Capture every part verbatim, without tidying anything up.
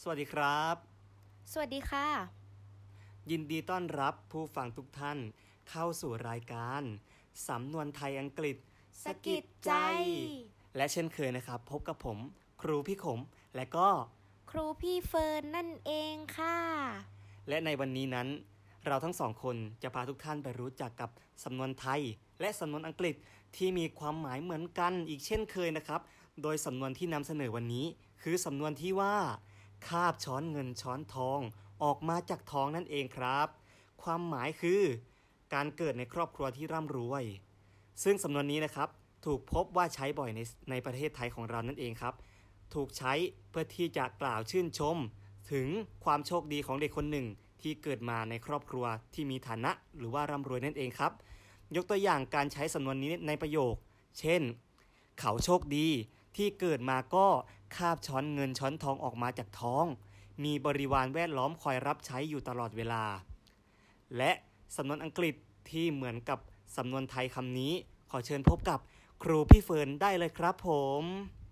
วัสดีครับสวัสดีค่ะยินดีต้อนรับผู้ฟังทุกท่านเข้าสู่รายการสำนวนไทยอังกฤษสะกิดใจและเช่นเคยนะครับพบกับผมครูพี่ขมและก็ครูพี่เฟิร์นนั่นเองค่ะและในวันนี้นั้นเราทั้งสองคนจะพาทุกท่านไปรู้จักกับสำนวนไทยและสำนวนอังกฤษที่มีความหมายเหมือนกันอีกเช่นเคยนะครับโดยสำนวนที่นำเสนอวันนี้คือสำนวนที่ว่าคาบช้อนเงินช้อนทองออกมาจากท้องนั่นเองครับความหมายคือการเกิดในครอบครัวที่ร่ำรวยซึ่งสำนวนนี้นะครับถูกพบว่าใช้บ่อยในในประเทศไทยของเรานั่นเองครับถูกใช้เพื่อที่จะกล่าวชื่นชมถึงความโชคดีของเด็กคนหนึ่งที่เกิดมาในครอบครัวที่มีฐานะหรือว่าร่ำรวยนั่นเองครับยกตัวอย่างการใช้สำนวนนี้ในประโยคเช่นเขาโชคดีที่เกิดมาก็คาบช้อนเงินช้อนทองออกมาจากท้องมีบริวารแวดล้อมคอยรับใช้อยู่ตลอดเวลาและสำนวนอังกฤษที่เหมือนกับสำนวนไทยคำนี้ขอเชิญพบกับครูพี่เฟิร์นได้เลยครับผม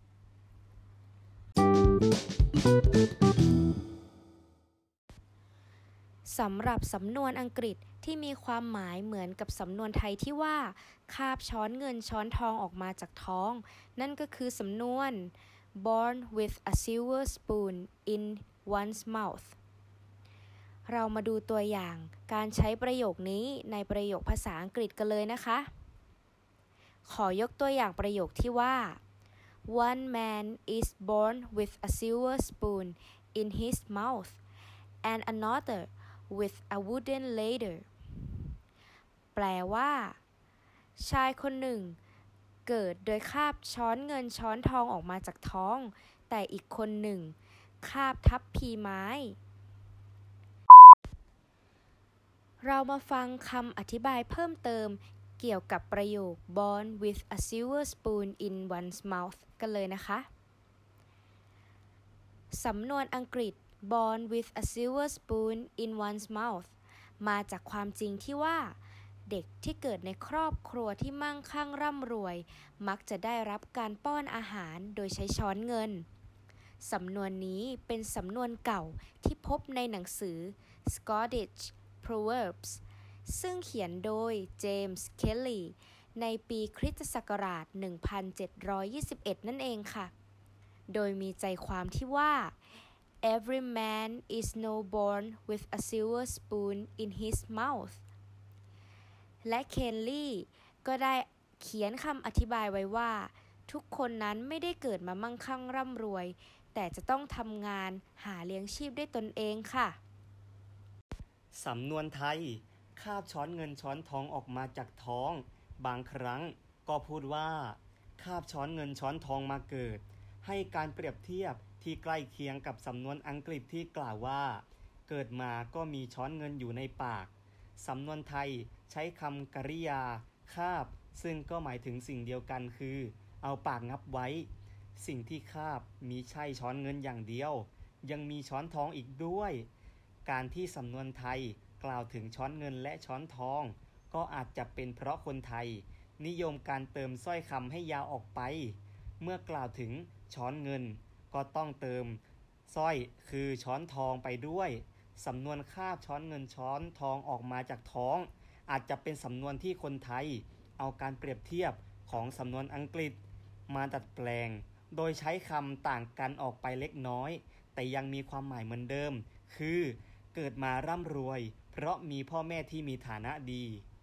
สำหรับสำนวนอังกฤษที่มีความหมายเหมือนกับสำนวนไทยที่ว่าคาบช้อนเงินช้อนทองออกมาจากท้องนั่นก็คือสำนวน born with a silver spoon in one's mouth เรามาดูตัวอย่างการใช้ประโยคนี้ในประโยคภาษาอังกฤษกันเลยนะคะขอยกตัวอย่างประโยคที่ว่า One man is born with a silver spoon in his mouth and another with a wooden ladle แปลว่าชายคนหนึ่งเกิดโดยคาบช้อนเงินช้อนทองออกมาจากท้องแต่อีกคนหนึ่งคาบทัพพีไม้เรามาฟังคำอธิบายเพิ่มเติมเกี่ยวกับประโยค born with a silver spoon in one's mouth กันเลยนะคะสำนวนอังกฤษ born with a silver spoon in one's mouth มาจากความจริงที่ว่าเด็กที่เกิดในครอบครัวที่มั่งคั่งร่ำรวยมักจะได้รับการป้อนอาหารโดยใช้ช้อนเงินสำนวนนี้เป็นสำนวนเก่าที่พบในหนังสือ Scottish Proverbs ซึ่งเขียนโดยเจมส์เคลลีในปีคริสตศักราช หนึ่งพันเจ็ดร้อยยี่สิบเอ็ด นั่นเองค่ะโดยมีใจความที่ว่า Every man is not born with a silver spoon in his mouth และเคนลีก็ได้เขียนคำอธิบายไว้ว่าทุกคนนั้นไม่ได้เกิดมามั่งคั่งร่ำรวยแต่จะต้องทำงานหาเลี้ยงชีพด้วยตนเองค่ะสำนวนไทยคาบช้อนเงินช้อนทองออกมาจากท้องบางครั้งก็พูดว่าคาบช้อนเงินช้อนทองมาเกิดให้การเปรียบเทียบที่ใกล้เคียงกับสำนวนอังกฤษที่กล่าวว่าเกิดมาก็มีช้อนเงินอยู่ในปากสำนวนไทยใช้คำกริยาคาบซึ่งก็หมายถึงสิ่งเดียวกันคือเอาปากงับไว้สิ่งที่คาบมีใช่ช้อนเงินอย่างเดียวยังมีช้อนทองอีกด้วยการที่สำนวนไทยกล่าวถึงช้อนเงินและช้อนทองก็อาจจะเป็นเพราะคนไทยนิยมการเติมสร้อยคำให้ยาวออกไปเมื่อกล่าวถึงช้อนเงินก็ต้องเติมสร้อยคือช้อนทองไปด้วยสำนวนคาบช้อนเงินช้อนทองออกมาจากท้องอาจจะเป็นสำนวนที่คนไทยเอาการเปรียบเทียบของสำนวนอังกฤษมาดัดแปลงโดยใช้คำต่างกันออกไปเล็กน้อยแต่ยังมีความหมายเหมือนเดิมคือเกิดมาร่ำรวยเพราะมีพ่อแม่ที่มีฐานะดี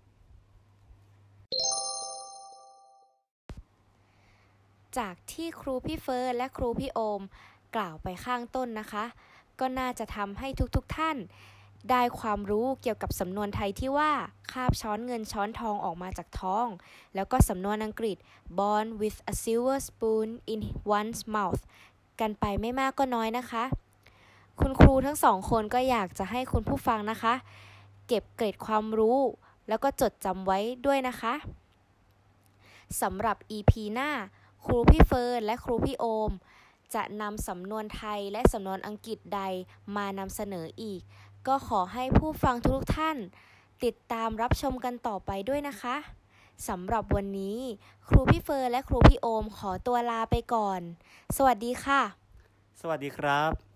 จากที่ครูพี่เฟิร์นและครูพี่โอมกล่าวไปข้างต้นนะคะก็น่าจะทำให้ทุกๆท่านได้ความรู้เกี่ยวกับสำนวนไทยที่ว่าคาบช้อนเงินช้อนทองออกมาจากท้องแล้วก็สำนวนอังกฤษ born with a silver spoon in one's mouth กันไปไม่มากก็น้อยนะคะคุณครูทั้งสองคนก็อยากจะให้คุณผู้ฟังนะคะเก็บเกร็ดความรู้แล้วก็จดจำไว้ด้วยนะคะสำหรับ อี พี หน้าครูพี่เฟิร์นและครูพี่โอมจะนำสำนวนไทยและสำนวนอังกฤษใดมานำเสนออีกก็ขอให้ผู้ฟังทุกท่านติดตามรับชมกันต่อไปด้วยนะคะสำหรับวันนี้ครูพี่เฟิร์นและครูพี่โอมขอตัวลาไปก่อนสวัสดีค่ะสวัสดีครับ